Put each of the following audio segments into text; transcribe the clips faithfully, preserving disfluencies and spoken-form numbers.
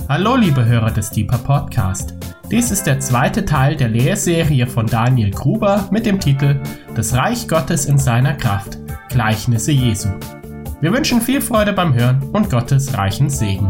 Hallo liebe Hörer des Deeper Podcast. Dies ist der zweite Teil der Lehrserie von Daniel Gruber mit dem Titel Das Reich Gottes in seiner Kraft – Gleichnisse Jesu. Wir wünschen viel Freude beim Hören und Gottes reichen Segen.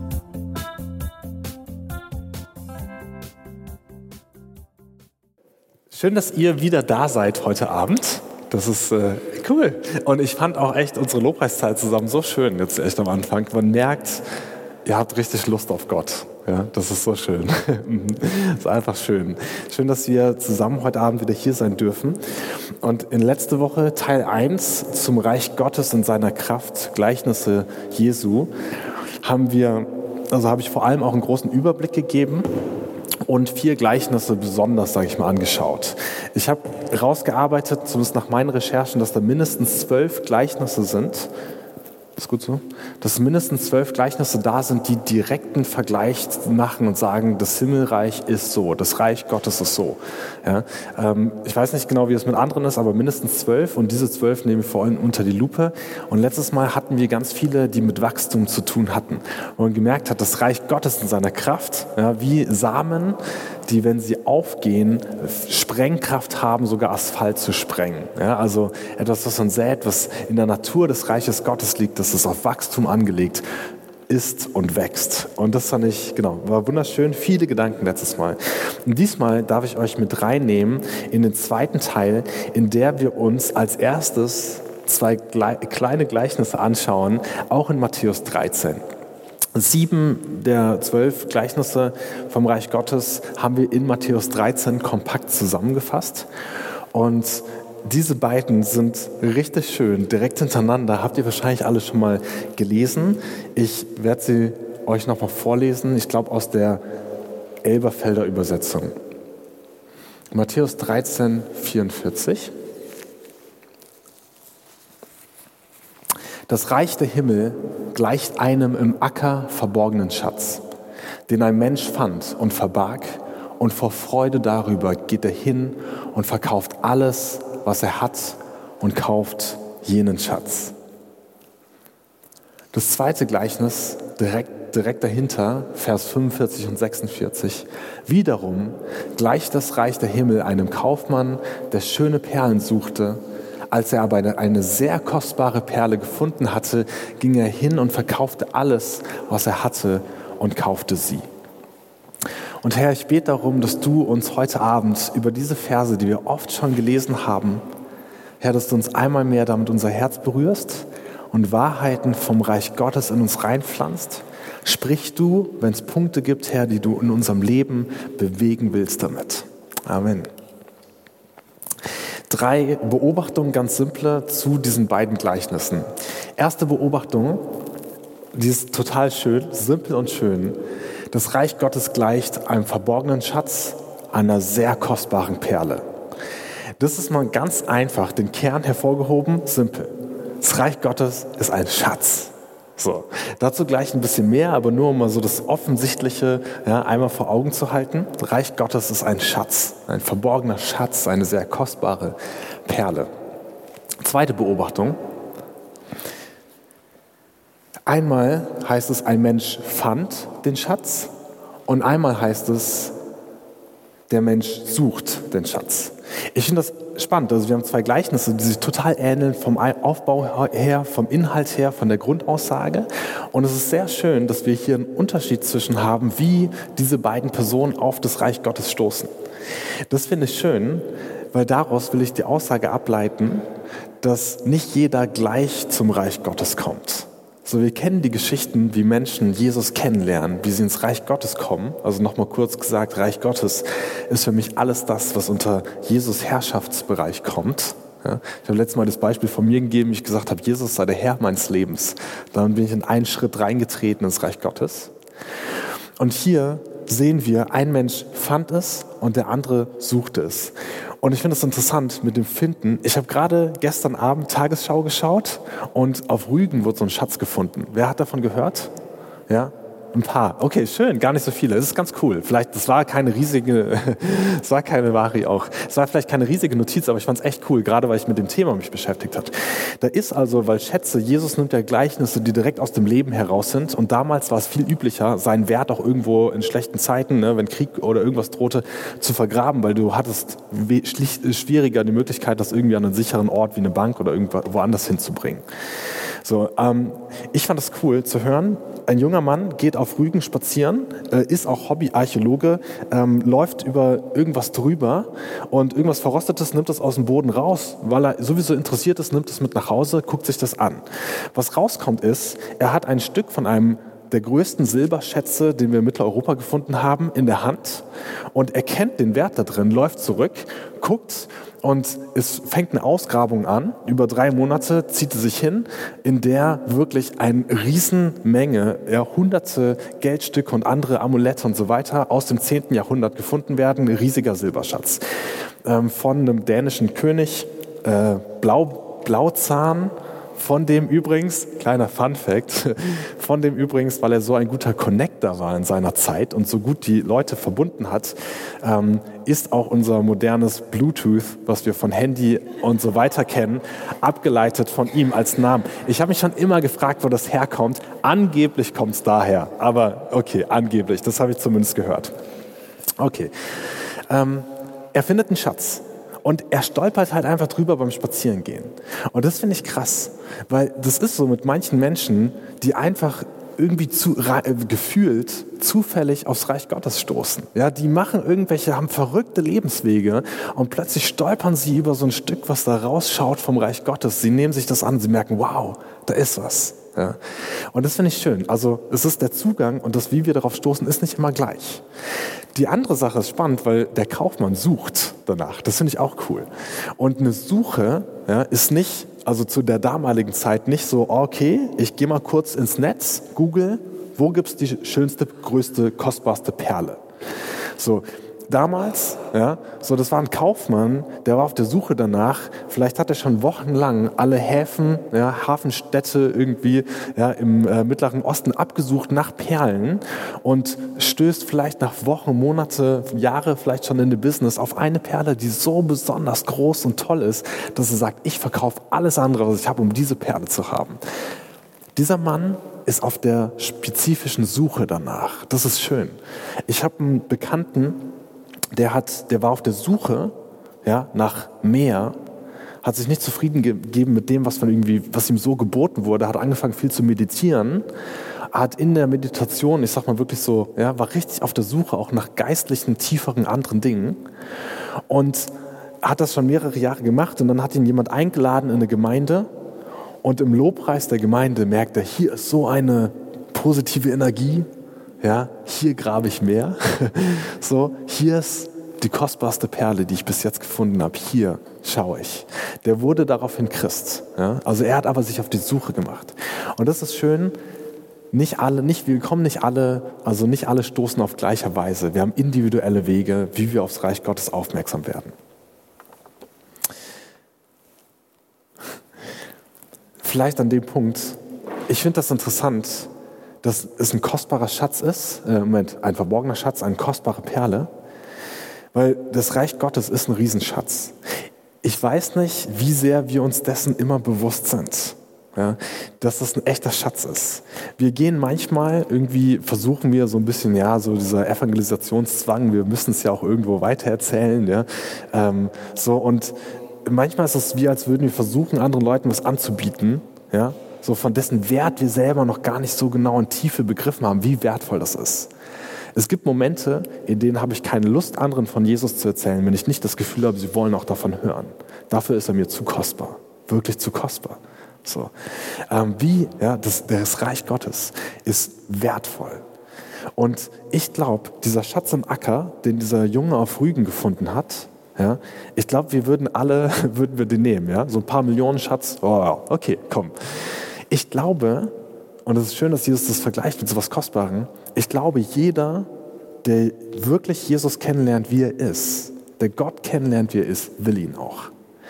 Schön, dass ihr wieder da seid heute Abend. Das ist äh, cool. Und ich fand auch echt unsere Lobpreiszeit zusammen so schön, jetzt echt am Anfang. Man merkt, ihr habt richtig Lust auf Gott. Ja, das ist so schön. Das ist einfach schön. Schön, dass wir zusammen heute Abend wieder hier sein dürfen. Und in letzter Woche Teil eins zum Reich Gottes und seiner Kraft, Gleichnisse Jesu, haben wir, also habe ich vor allem auch einen großen Überblick gegeben und vier Gleichnisse besonders, sage ich mal, angeschaut. Ich habe rausgearbeitet, zumindest nach meinen Recherchen, dass da mindestens zwölf Gleichnisse sind. Ist gut so? Dass mindestens zwölf Gleichnisse da sind, die direkten Vergleich machen und sagen, das Himmelreich ist so, das Reich Gottes ist so. Ja, ähm, ich weiß nicht genau, wie es mit anderen ist, aber mindestens zwölf und diese zwölf nehmen wir vor allem unter die Lupe. Und letztes Mal hatten wir ganz viele, die mit Wachstum zu tun hatten. Und man gemerkt hat, das Reich Gottes in seiner Kraft, ja, wie Samen, die, wenn sie aufgehen, Sprengkraft haben, sogar Asphalt zu sprengen. Ja, also etwas, was man sät, was in der Natur des Reiches Gottes liegt, dass es auf Wachstum angelegt ist und wächst. Und das fand ich, genau, war wunderschön. Viele Gedanken letztes Mal. Und diesmal darf ich euch mit reinnehmen in den zweiten Teil, in der wir uns als erstes zwei kleine Gleichnisse anschauen, auch in Matthäus dreizehn. Sieben der zwölf Gleichnisse vom Reich Gottes haben wir in Matthäus dreizehn kompakt zusammengefasst. Und diese beiden sind richtig schön, direkt hintereinander. Habt ihr wahrscheinlich alle schon mal gelesen. Ich werde sie euch nochmal vorlesen. Ich glaube aus der Elberfelder Übersetzung. Matthäus dreizehn, vierundvierzig. Das Reich der Himmel gleicht einem im Acker verborgenen Schatz, den ein Mensch fand und verbarg, und vor Freude darüber geht er hin und verkauft alles, was er hat, und kauft jenen Schatz. Das zweite Gleichnis, direkt, direkt dahinter, Vers fünfundvierzig und sechsundvierzig. Wiederum gleicht das Reich der Himmel einem Kaufmann, der schöne Perlen suchte. Als er aber eine, eine sehr kostbare Perle gefunden hatte, ging er hin und verkaufte alles, was er hatte, und kaufte sie. Und Herr, ich bete darum, dass du uns heute Abend über diese Verse, die wir oft schon gelesen haben, Herr, dass du uns einmal mehr damit unser Herz berührst und Wahrheiten vom Reich Gottes in uns reinpflanzt. Sprich du, wenn es Punkte gibt, Herr, die du in unserem Leben bewegen willst damit. Amen. Drei Beobachtungen, ganz simple, zu diesen beiden Gleichnissen. Erste Beobachtung, die ist total schön, simpel und schön. Das Reich Gottes gleicht einem verborgenen Schatz, einer sehr kostbaren Perle. Das ist mal ganz einfach, den Kern hervorgehoben, simpel. Das Reich Gottes ist ein Schatz. So, dazu gleich ein bisschen mehr, aber nur um mal so das Offensichtliche, ja, einmal vor Augen zu halten. Das Reich Gottes ist ein Schatz, ein verborgener Schatz, eine sehr kostbare Perle. Zweite Beobachtung. Einmal heißt es, ein Mensch fand den Schatz, und einmal heißt es, der Mensch sucht den Schatz. Ich finde das spannend. Also wir haben zwei Gleichnisse, die sich total ähneln vom Aufbau her, vom Inhalt her, von der Grundaussage. Und es ist sehr schön, dass wir hier einen Unterschied zwischen haben, wie diese beiden Personen auf das Reich Gottes stoßen. Das finde ich schön, weil daraus will ich die Aussage ableiten, dass nicht jeder gleich zum Reich Gottes kommt. So, wir kennen die Geschichten, wie Menschen Jesus kennenlernen, wie sie ins Reich Gottes kommen. Also nochmal kurz gesagt, Reich Gottes ist für mich alles das, was unter Jesus Herrschaftsbereich kommt. Ja, ich habe letztes Mal das Beispiel von mir gegeben, wie ich gesagt habe, Jesus sei der Herr meines Lebens. Dann bin ich in einen Schritt reingetreten ins Reich Gottes. Und hier sehen wir, ein Mensch fand es und der andere suchte es. Und ich finde es interessant mit dem Finden. Ich habe gerade gestern Abend Tagesschau geschaut und auf Rügen wurde so ein Schatz gefunden. Wer hat davon gehört? Ja, Ein paar. Okay, schön, gar nicht so viele. Das ist ganz cool. Vielleicht, das war keine riesige, das war keine Vari auch. Es war vielleicht keine riesige Notiz, aber ich fand es echt cool, gerade weil ich mit dem Thema mich beschäftigt habe. Da ist also, weil Schätze, Jesus nimmt ja Gleichnisse, die direkt aus dem Leben heraus sind. Und damals war es viel üblicher, seinen Wert auch irgendwo in schlechten Zeiten, ne, wenn Krieg oder irgendwas drohte, zu vergraben, weil du hattest schwieriger die Möglichkeit, das irgendwie an einen sicheren Ort wie eine Bank oder irgendwo woanders hinzubringen. So, ähm, ich fand es cool zu hören. Ein junger Mann geht auf Rügen spazieren, äh, ist auch Hobbyarchäologe, ähm, läuft über irgendwas drüber und irgendwas Verrostetes nimmt es aus dem Boden raus, weil er sowieso interessiert ist, nimmt es mit nach Hause, guckt sich das an. Was rauskommt ist, er hat ein Stück von einem der größten Silberschätze, den wir in Mitteleuropa gefunden haben, in der Hand und erkennt den Wert da drin, läuft zurück, guckt und es fängt eine Ausgrabung an. Über drei Monate zieht sie sich hin, in der wirklich eine Riesenmenge, ja, hunderte Geldstücke und andere Amulette und so weiter aus dem zehnten Jahrhundert gefunden werden. Ein riesiger Silberschatz. Ähm, von einem dänischen König, äh, Blau, Blauzahn, von dem übrigens, kleiner Fun-Fact, von dem übrigens, weil er so ein guter Connector war in seiner Zeit und so gut die Leute verbunden hat, ähm, ist auch unser modernes Bluetooth, was wir von Handy und so weiter kennen, abgeleitet von ihm als Namen. Ich habe mich schon immer gefragt, wo das herkommt. Angeblich kommt es daher, aber okay, angeblich, das habe ich zumindest gehört. Okay, ähm, er findet einen Schatz. Und er stolpert halt einfach drüber beim Spazierengehen. Und das finde ich krass, weil das ist so mit manchen Menschen, die einfach irgendwie zu, äh, gefühlt zufällig aufs Reich Gottes stoßen. Ja, die machen irgendwelche, haben verrückte Lebenswege und plötzlich stolpern sie über so ein Stück, was da rausschaut vom Reich Gottes. Sie nehmen sich das an, sie merken, wow, da ist was. Ja. Und das finde ich schön. Also es ist der Zugang und das, wie wir darauf stoßen, ist nicht immer gleich. Die andere Sache ist spannend, weil der Kaufmann sucht danach. Das finde ich auch cool. Und eine Suche, ja, ist nicht, also zu der damaligen Zeit nicht so, okay, ich gehe mal kurz ins Netz, Google, wo gibt es die schönste, größte, kostbarste Perle? So, damals, ja, so das war ein Kaufmann, der war auf der Suche danach. Vielleicht hat er schon wochenlang alle Häfen, ja, Hafenstädte irgendwie, ja, im äh, Mittleren Osten abgesucht nach Perlen und stößt vielleicht nach Wochen, Monate, Jahre vielleicht schon in dem Business auf eine Perle, die so besonders groß und toll ist, dass er sagt, ich verkaufe alles andere, was ich habe, um diese Perle zu haben. Dieser Mann ist auf der spezifischen Suche danach. Das ist schön. Ich habe einen Bekannten, Der, hat, der war auf der Suche, ja, nach mehr, hat sich nicht zufrieden gegeben mit dem, was, von irgendwie, was ihm so geboten wurde, hat angefangen viel zu meditieren, hat in der Meditation, ich sag mal wirklich so, ja, war richtig auf der Suche auch nach geistlichen, tieferen, anderen Dingen und hat das schon mehrere Jahre gemacht und dann hat ihn jemand eingeladen in eine Gemeinde und im Lobpreis der Gemeinde merkt er, hier ist so eine positive Energie, ja, hier grabe ich mehr. So, hier ist die kostbarste Perle, die ich bis jetzt gefunden habe. Hier schaue ich. Der wurde daraufhin Christ. Ja? Also er hat aber sich auf die Suche gemacht. Und das ist schön. Nicht alle, nicht, wir kommen nicht alle, also nicht alle stoßen auf gleicher Weise. Wir haben individuelle Wege, wie wir aufs Reich Gottes aufmerksam werden. Vielleicht an dem Punkt. Ich finde das interessant, dass es ein kostbarer Schatz ist, äh, Moment, ein verborgener Schatz, eine kostbare Perle, weil das Reich Gottes ist ein Riesenschatz. Ich weiß nicht, wie sehr wir uns dessen immer bewusst sind, ja, dass das ein echter Schatz ist. Wir gehen manchmal, irgendwie versuchen wir so ein bisschen, ja, so dieser Evangelisationszwang, wir müssen es ja auch irgendwo weitererzählen, ja, ähm, so und manchmal ist es wie, als würden wir versuchen, anderen Leuten was anzubieten, ja, so von dessen Wert wir selber noch gar nicht so genau in Tiefe begriffen haben, wie wertvoll das ist. Es gibt Momente, in denen habe ich keine Lust, anderen von Jesus zu erzählen, wenn ich nicht das Gefühl habe, sie wollen auch davon hören. Dafür ist er mir zu kostbar, wirklich zu kostbar. So, ähm, wie, ja, das, das Reich Gottes ist wertvoll. Und ich glaube, dieser Schatz im Acker, den dieser Junge auf Rügen gefunden hat, ja, ich glaube, wir würden alle, würden wir den nehmen, ja, so ein paar Millionen Schatz, oh, okay, komm. Ich glaube, und es ist schön, dass Jesus das vergleicht mit so etwas Kostbarem, ich glaube, jeder, der wirklich Jesus kennenlernt, wie er ist, der Gott kennenlernt, wie er ist, will ihn auch.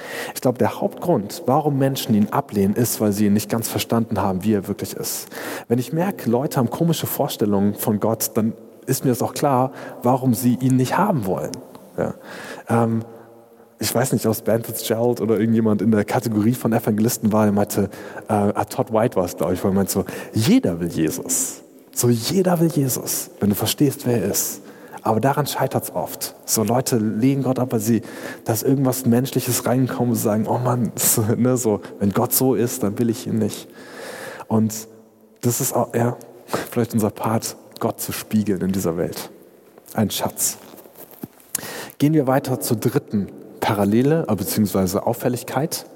Ich glaube, der Hauptgrund, warum Menschen ihn ablehnen, ist, weil sie ihn nicht ganz verstanden haben, wie er wirklich ist. Wenn ich merke, Leute haben komische Vorstellungen von Gott, dann ist mir das auch klar, warum sie ihn nicht haben wollen. Ja. Ähm, ich weiß nicht, ob Ben Fitzgerald oder irgendjemand in der Kategorie von Evangelisten war, der meinte, äh, Todd White war es, glaube ich, weil er meinte so, jeder will Jesus. So, jeder will Jesus, wenn du verstehst, wer er ist. Aber daran scheitert es oft. So Leute lehnen Gott ab, weil sie, da ist irgendwas Menschliches reinkommen und sagen, oh Mann, so, ne, so, wenn Gott so ist, dann will ich ihn nicht. Und das ist auch, ja, vielleicht unser Part, Gott zu spiegeln in dieser Welt. Ein Schatz. Gehen wir weiter zur dritten Parallele, beziehungsweise Auffälligkeit.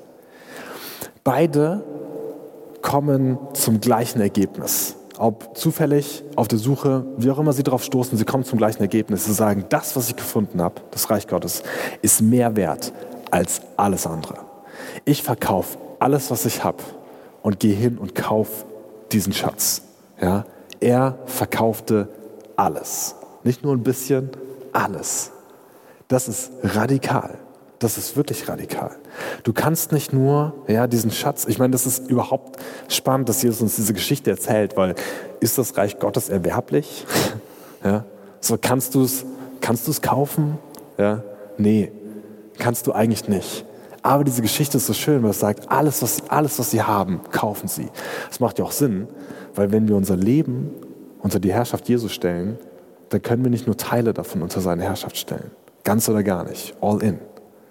Beide kommen zum gleichen Ergebnis. Ob zufällig, auf der Suche, wie auch immer sie darauf stoßen, sie kommen zum gleichen Ergebnis. Sie sagen, das, was ich gefunden habe, das Reich Gottes, ist mehr wert als alles andere. Ich verkaufe alles, was ich habe und gehe hin und kaufe diesen Schatz. Ja? Er verkaufte alles. Nicht nur ein bisschen, alles. Das ist radikal. Das ist wirklich radikal. Du kannst nicht nur ja, diesen Schatz, ich meine, das ist überhaupt spannend, dass Jesus uns diese Geschichte erzählt, weil ist das Reich Gottes erwerblich? Ja? So, kannst du es kannst du's kaufen? Ja? Nee, kannst du eigentlich nicht. Aber diese Geschichte ist so schön, weil es sagt, alles was, sie, alles, was sie haben, kaufen sie. Das macht ja auch Sinn, weil wenn wir unser Leben unter die Herrschaft Jesu stellen, dann können wir nicht nur Teile davon unter seine Herrschaft stellen. Ganz oder gar nicht. All in.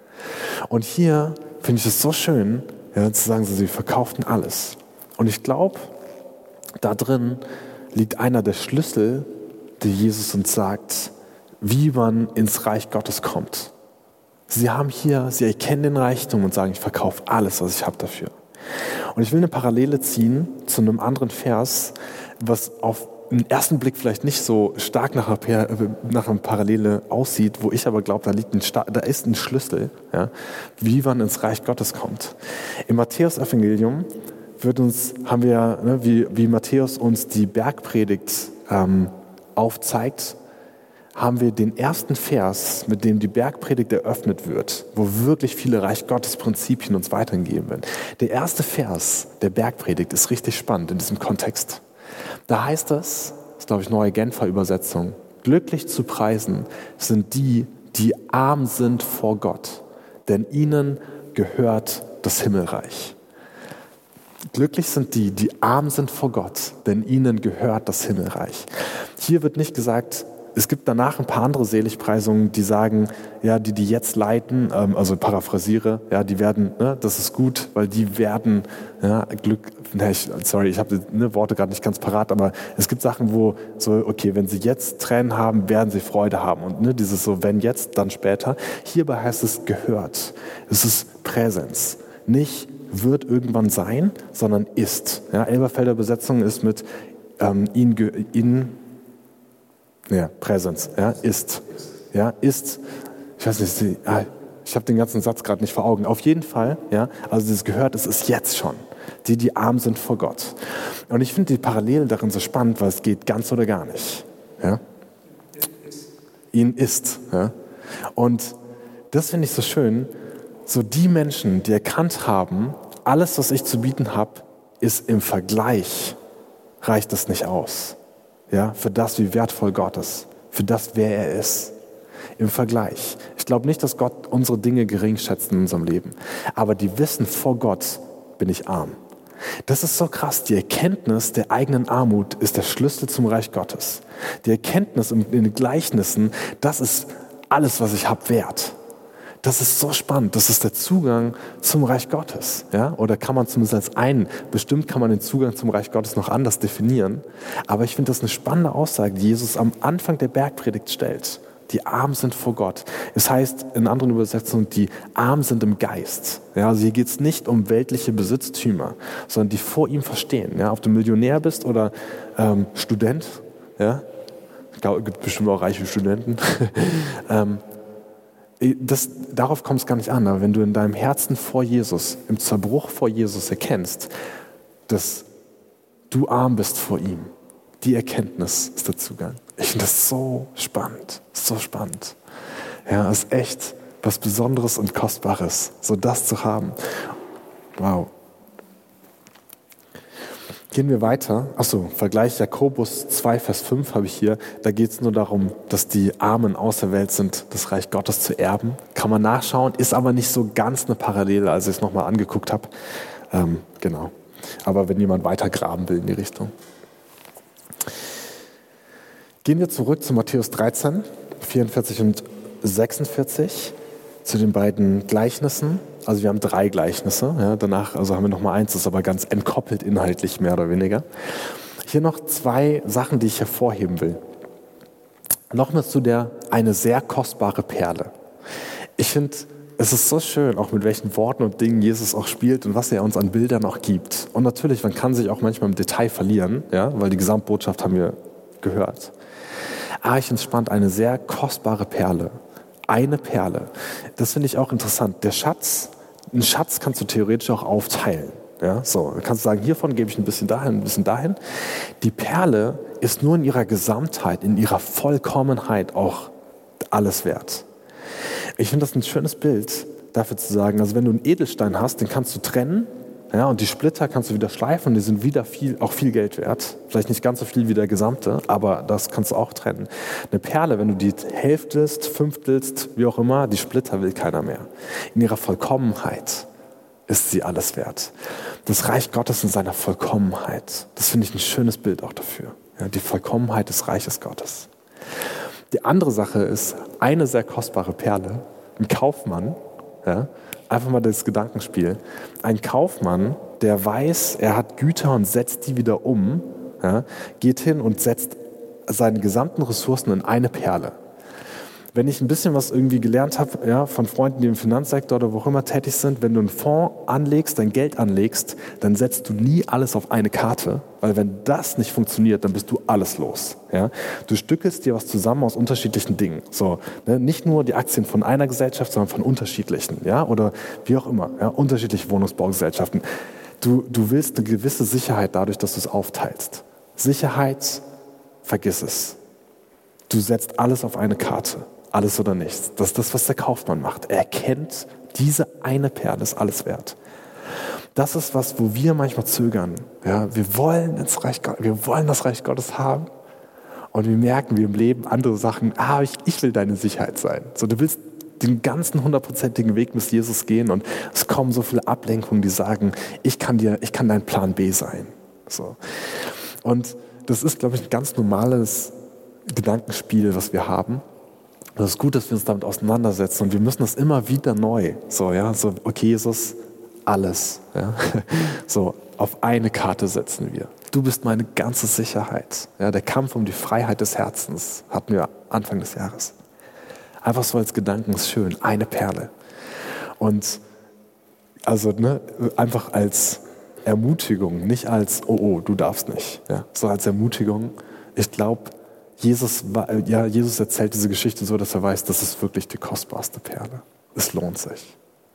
Und hier finde ich es so schön, ja, zu sagen, sie verkauften alles. Und ich glaube, da drin liegt einer der Schlüssel, die Jesus uns sagt, wie man ins Reich Gottes kommt. Sie haben hier, sie erkennen den Reichtum und sagen, ich verkaufe alles, was ich habe dafür. Und ich will eine Parallele ziehen zu einem anderen Vers, was auf den ersten Blick vielleicht nicht so stark nach einer, nach einer Parallele aussieht, wo ich aber glaube, da liegt ein, da ist ein Schlüssel, ja, wie man ins Reich Gottes kommt. Im Matthäus-Evangelium wird uns, haben wir, ne, wie, wie Matthäus uns die Bergpredigt ähm, aufzeigt, haben wir den ersten Vers, mit dem die Bergpredigt eröffnet wird, wo wirklich viele Reich Gottes Prinzipien uns weitergegeben werden. Der erste Vers der Bergpredigt ist richtig spannend in diesem Kontext. Da heißt es, das ist glaube ich neue Genfer Übersetzung, glücklich zu preisen sind die, die arm sind vor Gott, denn ihnen gehört das Himmelreich. Glücklich sind die, die arm sind vor Gott, denn ihnen gehört das Himmelreich. Hier wird nicht gesagt, es gibt danach ein paar andere Seligpreisungen, die sagen, ja, die, die jetzt leiden, ähm, also paraphrasiere, ja, die werden, ne, das ist gut, weil die werden, ja, Glück, ne, ich, sorry, ich habe die ne, Worte gerade nicht ganz parat, aber es gibt Sachen, wo so, okay, wenn sie jetzt Tränen haben, werden sie Freude haben und ne, dieses so, wenn jetzt, dann später. Hierbei heißt es gehört, es ist Präsenz, nicht wird irgendwann sein, sondern ist. Ja, Elberfelder Besetzung ist mit ähm, ihn, in Ja, Präsenz, ja, ist, ja, ist, ich weiß nicht, ich habe den ganzen Satz gerade nicht vor Augen. Auf jeden Fall, ja, also dieses gehört, es ist jetzt schon, die, die arm sind vor Gott. Und ich finde die Parallelen darin so spannend, weil es geht ganz oder gar nicht, ja. Ihn ist, ja. Und das finde ich so schön, so die Menschen, die erkannt haben, alles, was ich zu bieten habe, ist im Vergleich, reicht das nicht aus. Ja, für das, wie wertvoll Gott ist, für das, wer er ist, im Vergleich. Ich glaube nicht, dass Gott unsere Dinge gering schätzt in unserem Leben, aber die wissen, vor Gott bin ich arm. Das ist so krass. Die Erkenntnis der eigenen Armut ist der Schlüssel zum Reich Gottes. Die Erkenntnis in den Gleichnissen, das ist alles, was ich habe, wert. Das ist so spannend. Das ist der Zugang zum Reich Gottes. Ja? Oder kann man zumindest als einen, bestimmt kann man den Zugang zum Reich Gottes noch anders definieren. Aber ich finde das eine spannende Aussage, die Jesus am Anfang der Bergpredigt stellt. Die arm sind vor Gott. Es heißt in anderen Übersetzungen, die arm sind im Geist. Ja, also hier geht es nicht um weltliche Besitztümer, sondern die vor ihm verstehen. Ja, ob du Millionär bist oder ähm, Student, ja, es gibt bestimmt auch reiche Studenten. ähm, Das, darauf kommt es gar nicht an, aber wenn du in deinem Herzen vor Jesus, im Zerbruch vor Jesus erkennst, dass du arm bist vor ihm, die Erkenntnis ist der Zugang. Ich finde das so spannend, so spannend. Ja, es ist echt Was Besonderes und Kostbares, so das zu haben. Wow. Gehen wir weiter. Achso, Vergleich Jakobus zwei, Vers fünf habe ich hier. Da geht es nur darum, dass die Armen auserwählt sind, das Reich Gottes zu erben. Kann man nachschauen, ist aber nicht so ganz eine Parallele, als ich es nochmal angeguckt habe. Ähm, genau. Aber wenn jemand weiter graben will in die Richtung. Gehen wir zurück zu Matthäus dreizehn, vierundvierzig und sechsundvierzig, zu den beiden Gleichnissen. Also wir haben drei Gleichnisse, ja, danach also haben wir noch mal eins, das ist aber ganz entkoppelt inhaltlich, mehr oder weniger. Hier noch zwei Sachen, die ich hervorheben will. Nochmal zu der eine sehr kostbare Perle. Ich finde, es ist so schön, auch mit welchen Worten und Dingen Jesus auch spielt und was er uns an Bildern auch gibt. Und natürlich, man kann sich auch manchmal im Detail verlieren, ja, weil die Gesamtbotschaft haben wir gehört. Aber ich finde es spannend, eine sehr kostbare Perle. Eine Perle. Das finde ich auch interessant. Der Schatz, einen Schatz kannst du theoretisch auch aufteilen. Ja, so, du kannst sagen, hiervon gebe ich ein bisschen dahin, ein bisschen dahin. Die Perle ist nur in ihrer Gesamtheit, in ihrer Vollkommenheit auch alles wert. Ich finde das ein schönes Bild, dafür zu sagen, also wenn du einen Edelstein hast, den kannst du trennen, ja, und die Splitter kannst du wieder schleifen und die sind wieder viel, auch viel Geld wert. Vielleicht nicht ganz so viel wie der gesamte, aber das kannst du auch trennen. Eine Perle, wenn du die hälftelst, fünftelst, wie auch immer, die Splitter will keiner mehr. In ihrer Vollkommenheit ist sie alles wert. Das Reich Gottes in seiner Vollkommenheit, das finde ich ein schönes Bild auch dafür. Ja, die Vollkommenheit des Reiches Gottes. Die andere Sache ist eine sehr kostbare Perle, ein Kaufmann, ja, einfach mal das Gedankenspiel. Ein Kaufmann, der weiß, er hat Güter und setzt die wieder um, ja, geht hin und setzt seine gesamten Ressourcen in eine Perle. Wenn ich ein bisschen was irgendwie gelernt habe, ja, von Freunden, die im Finanzsektor oder wo auch immer tätig sind, wenn du einen Fonds anlegst, dein Geld anlegst, dann setzt du nie alles auf eine Karte, weil wenn das nicht funktioniert, dann bist du alles los. Ja? Du stückelst dir was zusammen aus unterschiedlichen Dingen. So, ne? Nicht nur die Aktien von einer Gesellschaft, sondern von unterschiedlichen, ja? Oder wie auch immer, ja? Unterschiedliche Wohnungsbaugesellschaften. Du, du willst eine gewisse Sicherheit dadurch, dass du es aufteilst. Sicherheit, vergiss es. Du setzt alles auf eine Karte. Alles oder nichts. Das ist das, was der Kaufmann macht. Er erkennt, diese eine Perle ist alles wert. Das ist was, wo wir manchmal zögern. Ja, wir wollen ins Reich Gottes, wir wollen das Reich Gottes haben. Und wir merken, wir im Leben andere Sachen. Ah, ich, ich will deine Sicherheit sein. So, du willst den ganzen hundertprozentigen Weg mit Jesus gehen und es kommen so viele Ablenkungen, die sagen, ich kann dir, ich kann dein Plan B sein. So. Und das ist, glaube ich, ein ganz normales Gedankenspiel, was wir haben. Das ist gut, dass wir uns damit auseinandersetzen und wir müssen das immer wieder neu. So, ja, so, okay, Jesus, alles. Ja. So, auf eine Karte setzen wir. Du bist meine ganze Sicherheit. Ja, der Kampf um die Freiheit des Herzens hatten wir Anfang des Jahres. Einfach so als Gedanken ist schön, eine Perle. Und also ne, einfach als Ermutigung, nicht als, oh, oh, du darfst nicht. Ja, so als Ermutigung. Ich glaube, Jesus, ja, Jesus erzählt diese Geschichte so, dass er weiß, das ist wirklich die kostbarste Perle. Es lohnt sich.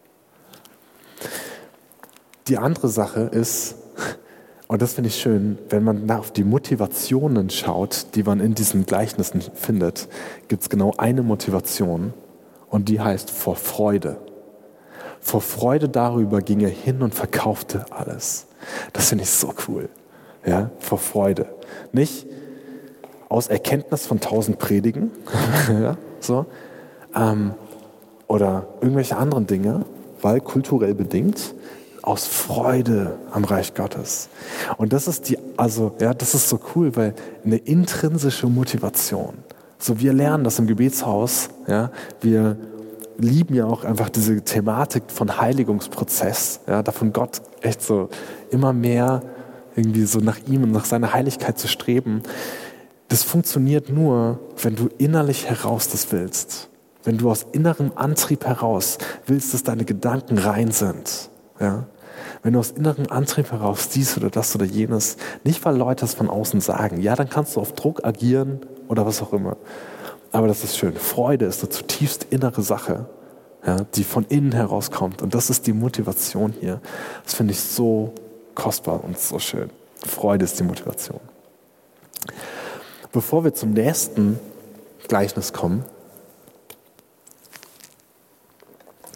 Die andere Sache ist, und das finde ich schön, wenn man auf die Motivationen schaut, die man in diesen Gleichnissen findet, gibt es genau eine Motivation und die heißt vor Freude. Vor Freude darüber ging er hin und verkaufte alles. Das finde ich so cool. Ja, vor Freude. Nicht aus Erkenntnis von tausend Predigen ja, so, ähm, oder irgendwelche anderen Dinge, weil kulturell bedingt, aus Freude am Reich Gottes. Und das ist die, also ja, das ist so cool, weil eine intrinsische Motivation. So, wir lernen das im Gebetshaus, ja, wir lieben ja auch einfach diese Thematik von Heiligungsprozess, ja, davon Gott echt so immer mehr irgendwie so nach ihm und nach seiner Heiligkeit zu streben. Das funktioniert nur, wenn du innerlich heraus das willst. Wenn du aus innerem Antrieb heraus willst, dass deine Gedanken rein sind. Ja? Wenn du aus innerem Antrieb heraus dies oder das oder jenes, nicht weil Leute es von außen sagen, ja, dann kannst du auf Druck agieren oder was auch immer. Aber das ist schön. Freude ist eine zutiefst innere Sache, ja, die von innen herauskommt. Und das ist die Motivation hier. Das finde ich so kostbar und so schön. Freude ist die Motivation. Bevor wir zum nächsten Gleichnis kommen,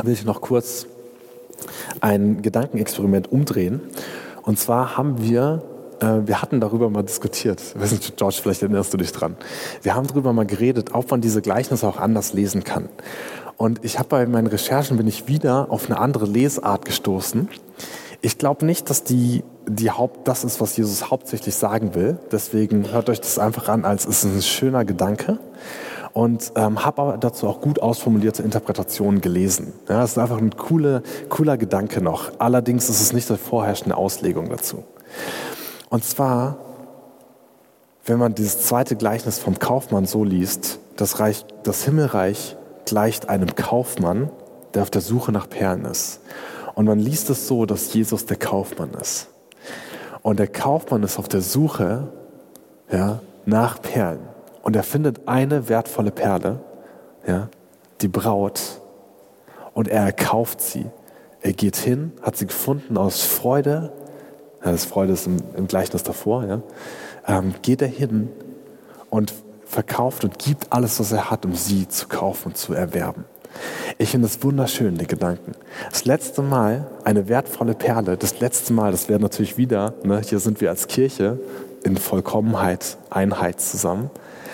will ich noch kurz ein Gedankenexperiment umdrehen. Und zwar haben wir, äh, wir hatten darüber mal diskutiert, ich weiß nicht, George, vielleicht erinnerst du dich dran. Wir haben darüber mal geredet, ob man diese Gleichnisse auch anders lesen kann. Und ich habe bei meinen Recherchen, bin ich wieder auf eine andere Lesart gestoßen. Ich glaube nicht, dass die, die Haupt, das ist, was Jesus hauptsächlich sagen will. Deswegen hört euch das einfach an, als es ist ein schöner Gedanke. Und ähm, habe aber dazu auch gut ausformulierte Interpretationen gelesen. Ja, das ist einfach ein coole, cooler Gedanke noch. Allerdings ist es nicht die vorherrschende Auslegung dazu. Und zwar, wenn man dieses zweite Gleichnis vom Kaufmann so liest, das, Reich, das Himmelreich gleicht einem Kaufmann, der auf der Suche nach Perlen ist. Und man liest es so, dass Jesus der Kaufmann ist. Und der Kaufmann ist auf der Suche, ja, nach Perlen. Und er findet eine wertvolle Perle, ja, die Braut, und er erkauft sie. Er geht hin, hat sie gefunden aus Freude, ja, das Freude ist im, im Gleichnis davor, ja, ähm, geht er hin und verkauft und gibt alles, was er hat, um sie zu kaufen und zu erwerben. Ich finde es wunderschön, die Gedanken. Das letzte Mal eine wertvolle Perle, das letzte Mal, das wäre natürlich wieder, ne, hier sind wir als Kirche in Vollkommenheit, Einheit zusammen.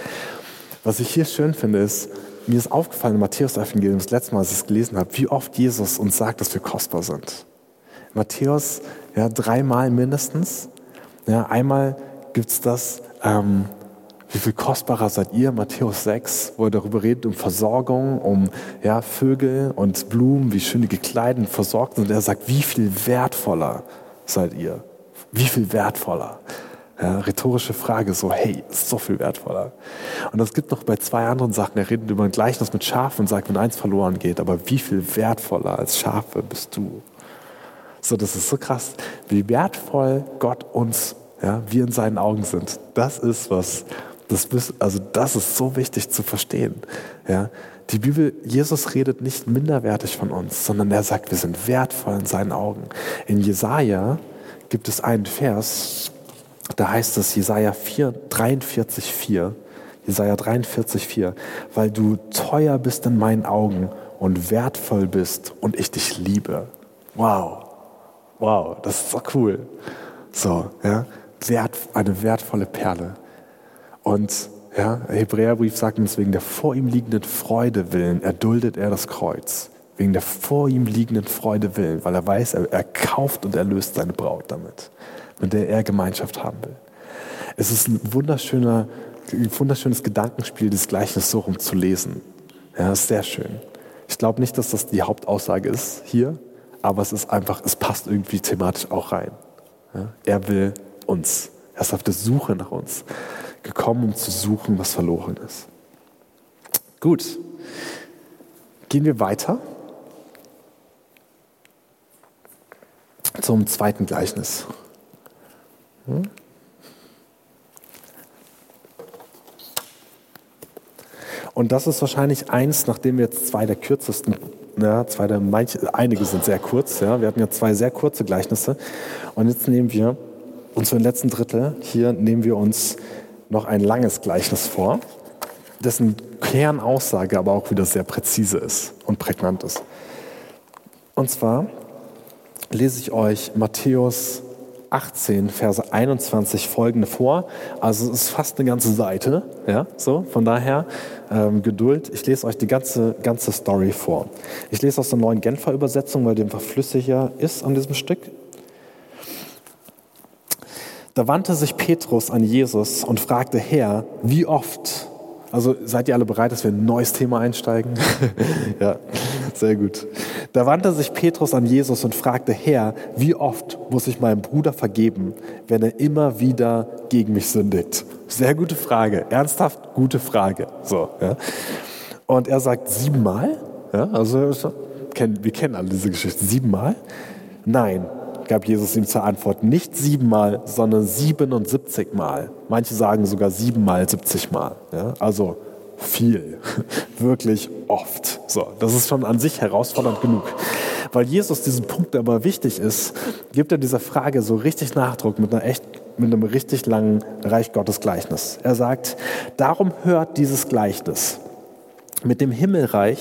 Was ich hier schön finde, ist, mir ist aufgefallen im Matthäus-Evangelium, das letzte Mal, als ich es gelesen habe, wie oft Jesus uns sagt, dass wir kostbar sind. Matthäus, ja, dreimal mindestens. Ja, einmal gibt es das, ähm, wie viel kostbarer seid ihr? Matthäus sechs, wo er darüber redet, um Versorgung, um ja, Vögel und Blumen, wie schön die gekleidet und versorgt sind. Und er sagt, wie viel wertvoller seid ihr? Wie viel wertvoller? Ja, rhetorische Frage, so, hey, ist so viel wertvoller. Und es gibt noch bei zwei anderen Sachen, er redet über ein Gleichnis mit Schafen und sagt, wenn eins verloren geht, aber wie viel wertvoller als Schafe bist du? So, das ist so krass, wie wertvoll Gott uns, ja, wir in seinen Augen sind. Das ist was, das, also das ist so wichtig zu verstehen. Ja. Die Bibel, Jesus redet nicht minderwertig von uns, sondern er sagt, wir sind wertvoll in seinen Augen. In Jesaja gibt es einen Vers, da heißt es Jesaja dreiundvierzig vier, Jesaja dreiundvierzig vier, weil du teuer bist in meinen Augen und wertvoll bist und ich dich liebe. Wow, wow, das ist so cool. So, ja, Wert, eine wertvolle Perle. Und ja, der Hebräerbrief sagt uns, wegen der vor ihm liegenden Freude willen erduldet er das Kreuz. Wegen der vor ihm liegenden Freude willen, weil er weiß, er, er kauft und erlöst seine Braut damit, mit der er Gemeinschaft haben will. Es ist ein wunderschöner, ein wunderschönes Gedankenspiel, dieses Gleichnis so rum zu lesen. Ja, ist sehr schön. Ich glaube nicht, dass das die Hauptaussage ist hier, aber es ist einfach, es passt irgendwie thematisch auch rein. Ja, er will uns. Er ist auf der Suche nach uns. Gekommen, um zu suchen, was verloren ist. Gut. Gehen wir weiter zum zweiten Gleichnis. Hm? Und das ist wahrscheinlich eins, nachdem wir jetzt zwei der kürzesten, ja, zwei der manche, einige sind sehr kurz, ja, wir hatten ja zwei sehr kurze Gleichnisse. Und jetzt nehmen wir uns für den letzten Drittel, hier nehmen wir uns noch ein langes Gleichnis vor, dessen Kernaussage aber auch wieder sehr präzise ist und prägnant ist. Und zwar lese ich euch Matthäus achtzehn, Verse einundzwanzig folgende vor. Also es ist fast eine ganze Seite. Ja, so, von daher ähm, Geduld. Ich lese euch die ganze, ganze Story vor. Ich lese aus der neuen Genfer Übersetzung, weil die einfach flüssiger ist an diesem Stück. Da wandte sich Petrus an Jesus und fragte, Herr, wie oft? Also seid ihr alle bereit, dass wir in ein neues Thema einsteigen? Ja, sehr gut. Da wandte sich Petrus an Jesus und fragte, Herr, wie oft muss ich meinem Bruder vergeben, wenn er immer wieder gegen mich sündigt? Sehr gute Frage, ernsthaft gute Frage. So, ja. Und er sagt, siebenmal? Ja, also wir kennen alle diese Geschichte. Siebenmal? Nein, gab Jesus ihm zur Antwort, nicht siebenmal, sondern siebenundsiebzig Mal. Manche sagen sogar siebenmal, siebzig Mal. Ja, also viel, wirklich oft. So, das ist schon an sich herausfordernd genug. Weil Jesus diesen Punkt aber wichtig ist, gibt er dieser Frage so richtig Nachdruck mit einer echt, mit einem richtig langen Reich Gottes Gleichnis. Er sagt, darum hört dieses Gleichnis. Mit dem Himmelreich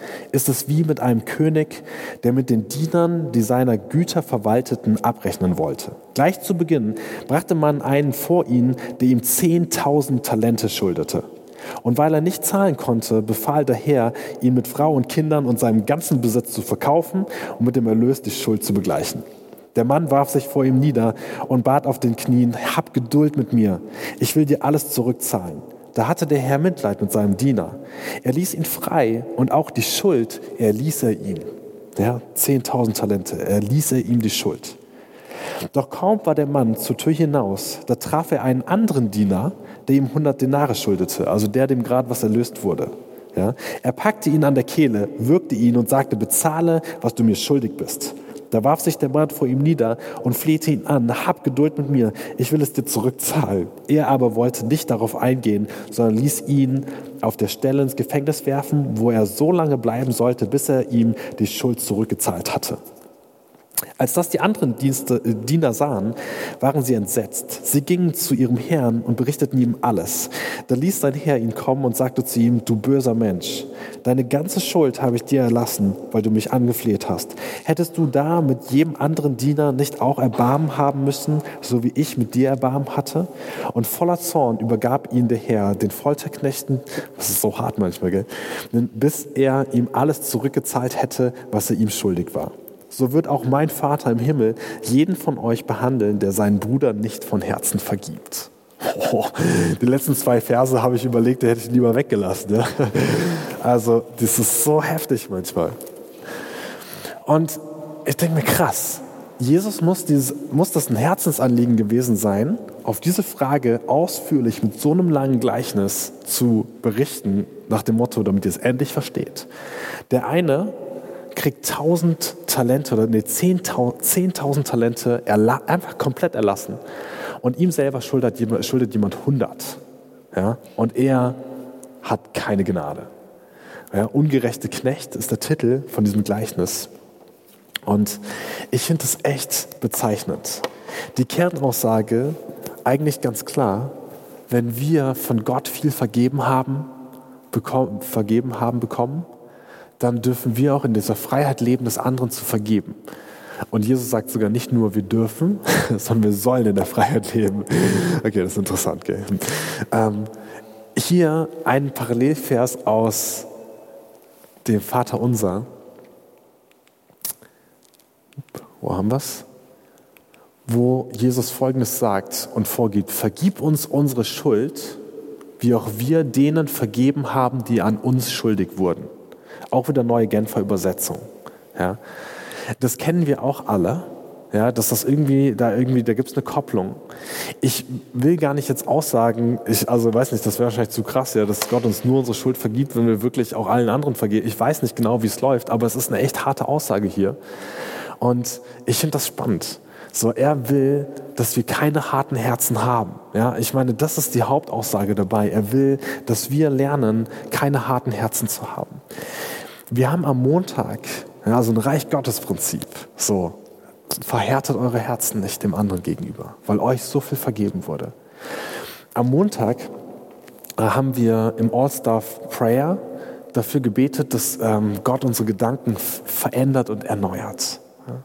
ist es wie mit einem König, der mit den Dienern, die seiner Güter verwalteten, abrechnen wollte. Gleich zu Beginn brachte man einen vor ihn, der ihm zehntausend Talente schuldete. Und weil er nicht zahlen konnte, befahl der Herr, ihn mit Frau und Kindern und seinem ganzen Besitz zu verkaufen und mit dem Erlös die Schuld zu begleichen. Der Mann warf sich vor ihm nieder und bat auf den Knien: Hab Geduld mit mir, ich will dir alles zurückzahlen. Da hatte der Herr Mitleid mit seinem Diener. Er ließ ihn frei und auch die Schuld erließ er ihm. Ja, zehntausend Talente, er ließ er ihm die Schuld. Doch kaum war der Mann zur Tür hinaus, da traf er einen anderen Diener, der ihm hundert Denare schuldete, also der dem gerade was erlöst wurde. Ja, er packte ihn an der Kehle, würgte ihn und sagte: Bezahle, was du mir schuldig bist. Da warf sich der Mann vor ihm nieder und flehte ihn an: Hab Geduld mit mir, ich will es dir zurückzahlen. Er aber wollte nicht darauf eingehen, sondern ließ ihn auf der Stelle ins Gefängnis werfen, wo er so lange bleiben sollte, bis er ihm die Schuld zurückgezahlt hatte. Als das die anderen Dienste, äh, Diener sahen, waren sie entsetzt. Sie gingen zu ihrem Herrn und berichteten ihm alles. Da ließ sein Herr ihn kommen und sagte zu ihm: Du böser Mensch, deine ganze Schuld habe ich dir erlassen, weil du mich angefleht hast. Hättest du da mit jedem anderen Diener nicht auch Erbarmen haben müssen, so wie ich mit dir Erbarmen hatte? Und voller Zorn übergab ihn der Herr den Folterknechten, das ist so hart manchmal, gell? Bis er ihm alles zurückgezahlt hätte, was er ihm schuldig war. So wird auch mein Vater im Himmel jeden von euch behandeln, der seinen Bruder nicht von Herzen vergibt. Oh, die letzten zwei Verse habe ich überlegt, die hätte ich lieber weggelassen. Ja? Also das ist so heftig manchmal. Und ich denke mir, krass, Jesus muss, dieses, muss das ein Herzensanliegen gewesen sein, auf diese Frage ausführlich mit so einem langen Gleichnis zu berichten, nach dem Motto, damit ihr es endlich versteht. Der eine kriegt tausend Talente oder nee, zehntausend Talente erla- einfach komplett erlassen. Und ihm selber schuldet jemand, schuldet jemand hundert. Ja? Und er hat keine Gnade. Ja, ungerechte Knecht ist der Titel von diesem Gleichnis. Und ich finde das echt bezeichnend. Die Kernaussage eigentlich ganz klar: Wenn wir von Gott viel vergeben haben, bekommen, vergeben haben bekommen, dann dürfen wir auch in dieser Freiheit leben, des anderen zu vergeben. Und Jesus sagt sogar nicht nur, wir dürfen, sondern wir sollen in der Freiheit leben. Okay, das ist interessant, gell? Ähm, hier ein Parallelvers aus dem Vater Unser. Wo haben wir es? Wo Jesus Folgendes sagt und vorgibt: Vergib uns unsere Schuld, wie auch wir denen vergeben haben, die an uns schuldig wurden. Auch wieder neue Genfer Übersetzung. Ja. Das kennen wir auch alle, ja, dass das irgendwie, da irgendwie, da gibt es eine Kopplung. Ich will gar nicht jetzt aussagen, ich, also weiß nicht, das wäre wahrscheinlich zu krass, ja, dass Gott uns nur unsere Schuld vergibt, wenn wir wirklich auch allen anderen vergeben. Ich weiß nicht genau, wie es läuft, aber es ist eine echt harte Aussage hier. Und ich finde das spannend. So, er will, dass wir keine harten Herzen haben. Ja, ich meine, das ist die Hauptaussage dabei. Er will, dass wir lernen, keine harten Herzen zu haben. Wir haben am Montag, ja, so ein Reich-Gottes-Prinzip. So, verhärtet eure Herzen nicht dem anderen gegenüber, weil euch so viel vergeben wurde. Am Montag haben wir im All-Staff-Prayer dafür gebetet, dass ähm, Gott unsere Gedanken f- verändert und erneuert.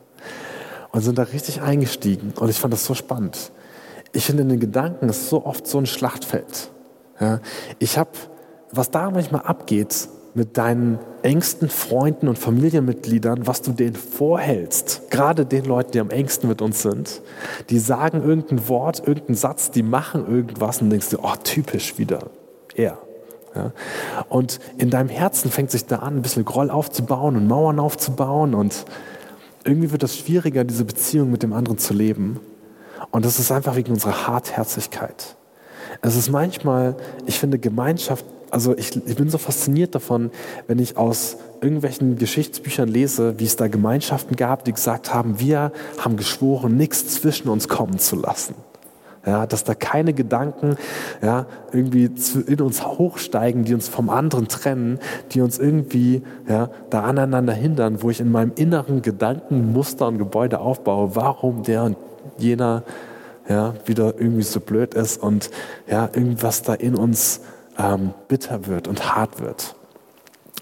Und sind da richtig eingestiegen. Und ich fand das so spannend. Ich finde, in den Gedanken ist so oft so ein Schlachtfeld. Ja, ich habe, was da manchmal abgeht mit deinen engsten Freunden und Familienmitgliedern, was du denen vorhältst, gerade den Leuten, die am engsten mit uns sind, die sagen irgendein Wort, irgendeinen Satz, die machen irgendwas und denkst du, oh, typisch wieder er. Ja, und in deinem Herzen fängt sich da an, ein bisschen Groll aufzubauen und Mauern aufzubauen und irgendwie wird es schwieriger, diese Beziehung mit dem anderen zu leben. Und das ist einfach wegen unserer Hartherzigkeit. Es ist manchmal, ich finde Gemeinschaft, also ich, ich bin so fasziniert davon, wenn ich aus irgendwelchen Geschichtsbüchern lese, wie es da Gemeinschaften gab, die gesagt haben, wir haben geschworen, nichts zwischen uns kommen zu lassen. Ja, dass da keine Gedanken ja, irgendwie in uns hochsteigen, die uns vom anderen trennen, die uns irgendwie ja, da aneinander hindern, wo ich in meinem inneren Gedankenmuster und Gebäude aufbaue, warum der und jener ja, wieder irgendwie so blöd ist und ja, irgendwas da in uns ähm, bitter wird und hart wird.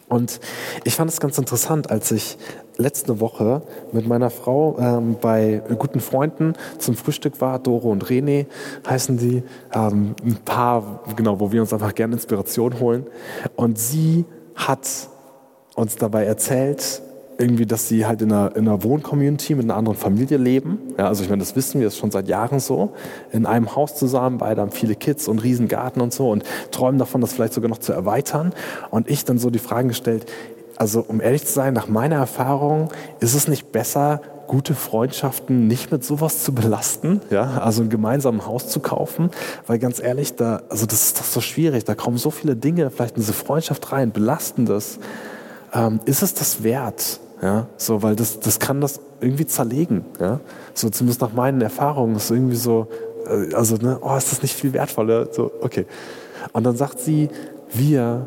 Und ich fand es ganz interessant, als ich letzte Woche mit meiner Frau ähm, bei guten Freunden zum Frühstück war, Doro und René heißen die, ähm, ein Paar, genau, wo wir uns einfach gerne Inspiration holen. Und sie hat uns dabei erzählt, irgendwie, dass sie halt in einer, in einer Wohncommunity mit einer anderen Familie leben. Ja, also ich meine, das wissen wir, das ist schon seit Jahren so. In einem Haus zusammen, beide haben viele Kids und riesen Garten und so und träumen davon, das vielleicht sogar noch zu erweitern. Und ich dann so die Fragen gestellt, also um ehrlich zu sein, nach meiner Erfahrung ist es nicht besser, gute Freundschaften nicht mit sowas zu belasten, ja, also ein gemeinsames Haus zu kaufen, weil ganz ehrlich, da, also das ist doch so schwierig, da kommen so viele Dinge vielleicht in diese Freundschaft rein, belasten das. Ähm, ist es das wert? Ja, so, weil das, das kann das irgendwie zerlegen. Ja? So, zumindest nach meinen Erfahrungen ist irgendwie so, äh, also, ne, oh, ist das nicht viel wertvoller? So, okay. Und dann sagt sie, wir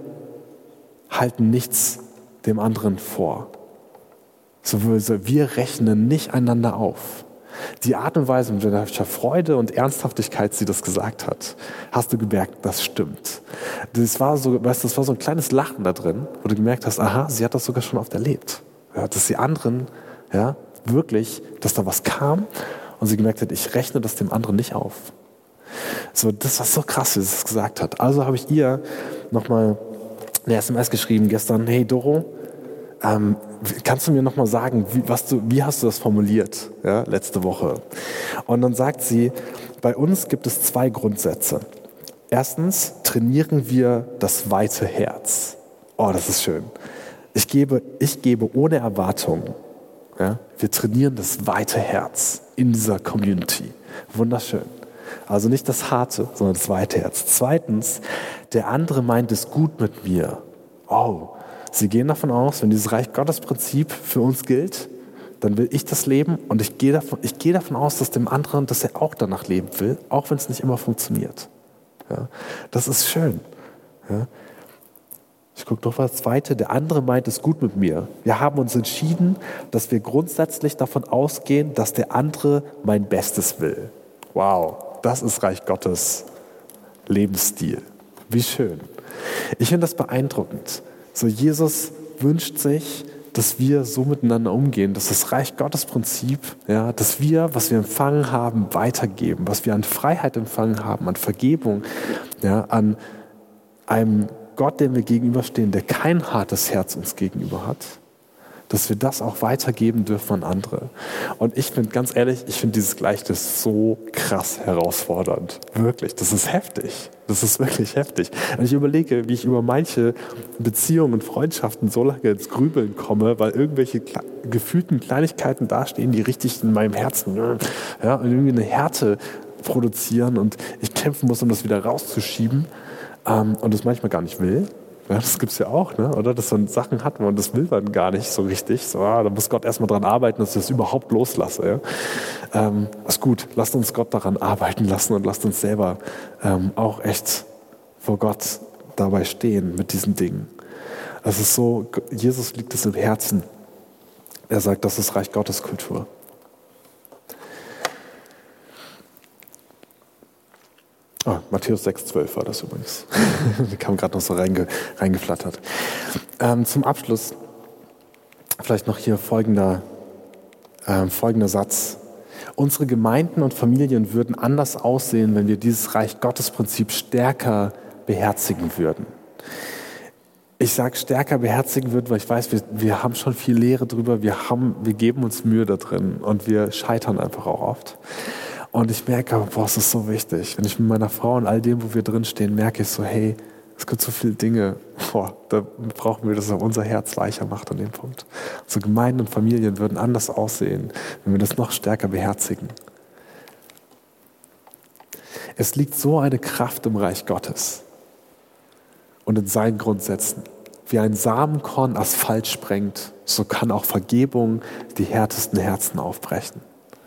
halten nichts dem anderen vor. So, wir rechnen nicht einander auf. Die Art und Weise, mit welcher Freude und Ernsthaftigkeit sie das gesagt hat, hast du gemerkt, das stimmt. Das war so, weißt, das war so ein kleines Lachen da drin, wo du gemerkt hast, aha, sie hat das sogar schon oft erlebt. Ja, dass die anderen, ja, wirklich, dass da was kam und sie gemerkt hat, ich rechne das dem anderen nicht auf. So, das war so krass, wie sie das gesagt hat. Also habe ich ihr nochmal eine S M S geschrieben gestern, hey Doro, ähm, kannst du mir nochmal sagen, wie, was du, wie hast du das formuliert, ja, letzte Woche? Und dann sagt sie, bei uns gibt es zwei Grundsätze. Erstens trainieren wir das weite Herz. Oh, das ist schön. Ich gebe, ich gebe ohne Erwartung. Ja? Wir trainieren das weite Herz in dieser Community. Wunderschön. Also nicht das harte, sondern das weite Herz. Zweitens, der andere meint es gut mit mir. Oh, sie gehen davon aus, wenn dieses Reich Gottes Prinzip für uns gilt, dann will ich das leben und ich gehe davon, ich gehe davon aus, dass dem anderen, dass er auch danach leben will, auch wenn es nicht immer funktioniert. Ja? Das ist schön. Ja? Ich gucke noch was Zweite. Der andere meint es gut mit mir. Wir haben uns entschieden, dass wir grundsätzlich davon ausgehen, dass der andere mein Bestes will. Wow, das ist Reich Gottes Lebensstil. Wie schön. Ich finde das beeindruckend. So, Jesus wünscht sich, dass wir so miteinander umgehen, dass das Reich Gottes Prinzip, ja, dass wir, was wir empfangen haben, weitergeben, was wir an Freiheit empfangen haben, an Vergebung, ja, an einem Gott, dem wir gegenüberstehen, der kein hartes Herz uns gegenüber hat, dass wir das auch weitergeben dürfen an andere. Und ich finde, ganz ehrlich, ich finde dieses Gleichnis so krass herausfordernd. Wirklich, das ist heftig. Das ist wirklich heftig. Und ich überlege, wie ich über manche Beziehungen und Freundschaften so lange ins Grübeln komme, weil irgendwelche kle- gefühlten Kleinigkeiten dastehen, die richtig in meinem Herzen, ja, irgendwie eine Härte produzieren und ich kämpfen muss, um das wieder rauszuschieben. Um, und das manchmal gar nicht will. Ja, das gibt es ja auch, ne? Oder? Dass man Sachen hat, und das will man gar nicht so richtig. So, ah, da muss Gott erstmal dran arbeiten, dass ich das überhaupt loslasse. Ja? Ähm, ist gut, lasst uns Gott daran arbeiten lassen und lasst uns selber ähm, auch echt vor Gott dabei stehen mit diesen Dingen. Es ist so, Jesus liegt es im Herzen. Er sagt, das ist Reich Gottes Kultur. Oh, Matthäus sechs, zwölf war das übrigens. Die kam gerade noch so reinge, reingeflattert. Ähm, zum Abschluss vielleicht noch hier folgender, äh, folgender Satz. Unsere Gemeinden und Familien würden anders aussehen, wenn wir dieses Reich Gottes Prinzip stärker beherzigen würden. Ich sage stärker beherzigen würden, weil ich weiß, wir, wir haben schon viel Lehre drüber, wir, haben, wir geben uns Mühe da drin und wir scheitern einfach auch oft. Und ich merke, boah, es ist so wichtig. Wenn ich mit meiner Frau und all dem, wo wir drin stehen, merke ich so, hey, es gibt so viele Dinge, boah, da brauchen wir, dass es unser Herz weicher macht an dem Punkt. So Gemeinden und Familien würden anders aussehen, wenn wir das noch stärker beherzigen. Es liegt so eine Kraft im Reich Gottes und in seinen Grundsätzen. Wie ein Samenkorn Asphalt sprengt, so kann auch Vergebung die härtesten Herzen aufbrechen.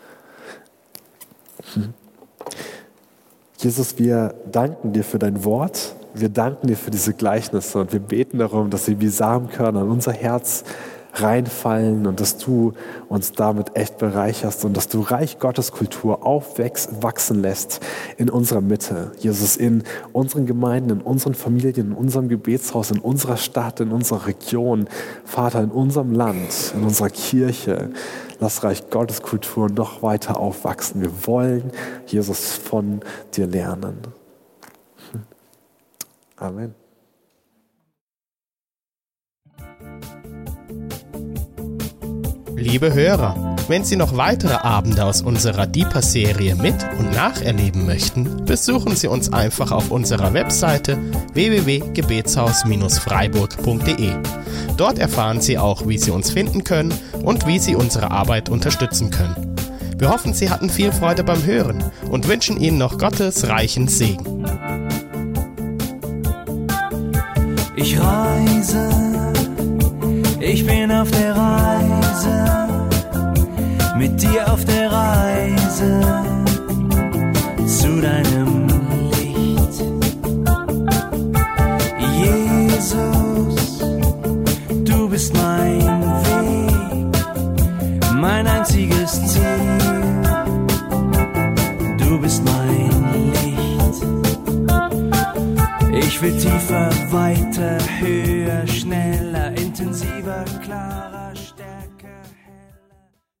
Jesus, wir danken dir für dein Wort, wir danken dir für diese Gleichnisse und wir beten darum, dass sie wie Samenkörner in unser Herz reinfallen und dass du uns damit echt bereicherst und dass du Reich Gottes Kultur aufwachsen lässt in unserer Mitte. Jesus, in unseren Gemeinden, in unseren Familien, in unserem Gebetshaus, in unserer Stadt, in unserer Region, Vater, in unserem Land, in unserer Kirche. Lass Reich Gottes Kultur noch weiter aufwachsen. Wir wollen, Jesus, von dir lernen. Amen. Liebe Hörer, wenn Sie noch weitere Abende aus unserer Deeper-Serie mit- und nacherleben möchten, besuchen Sie uns einfach auf unserer Webseite w w w punkt gebetshaus Bindestrich freiburg punkt de. Dort erfahren Sie auch, wie Sie uns finden können und wie Sie unsere Arbeit unterstützen können. Wir hoffen, Sie hatten viel Freude beim Hören und wünschen Ihnen noch Gottes reichen Segen. Ich reise, ich bin auf der Reise, mit dir auf der Reise zu deinem Licht. Jesus, du bist mein Weg, mein einziges Ziel. Du bist mein Licht. Ich will tiefer, weiter, höher, schneller, intensiver, klarer.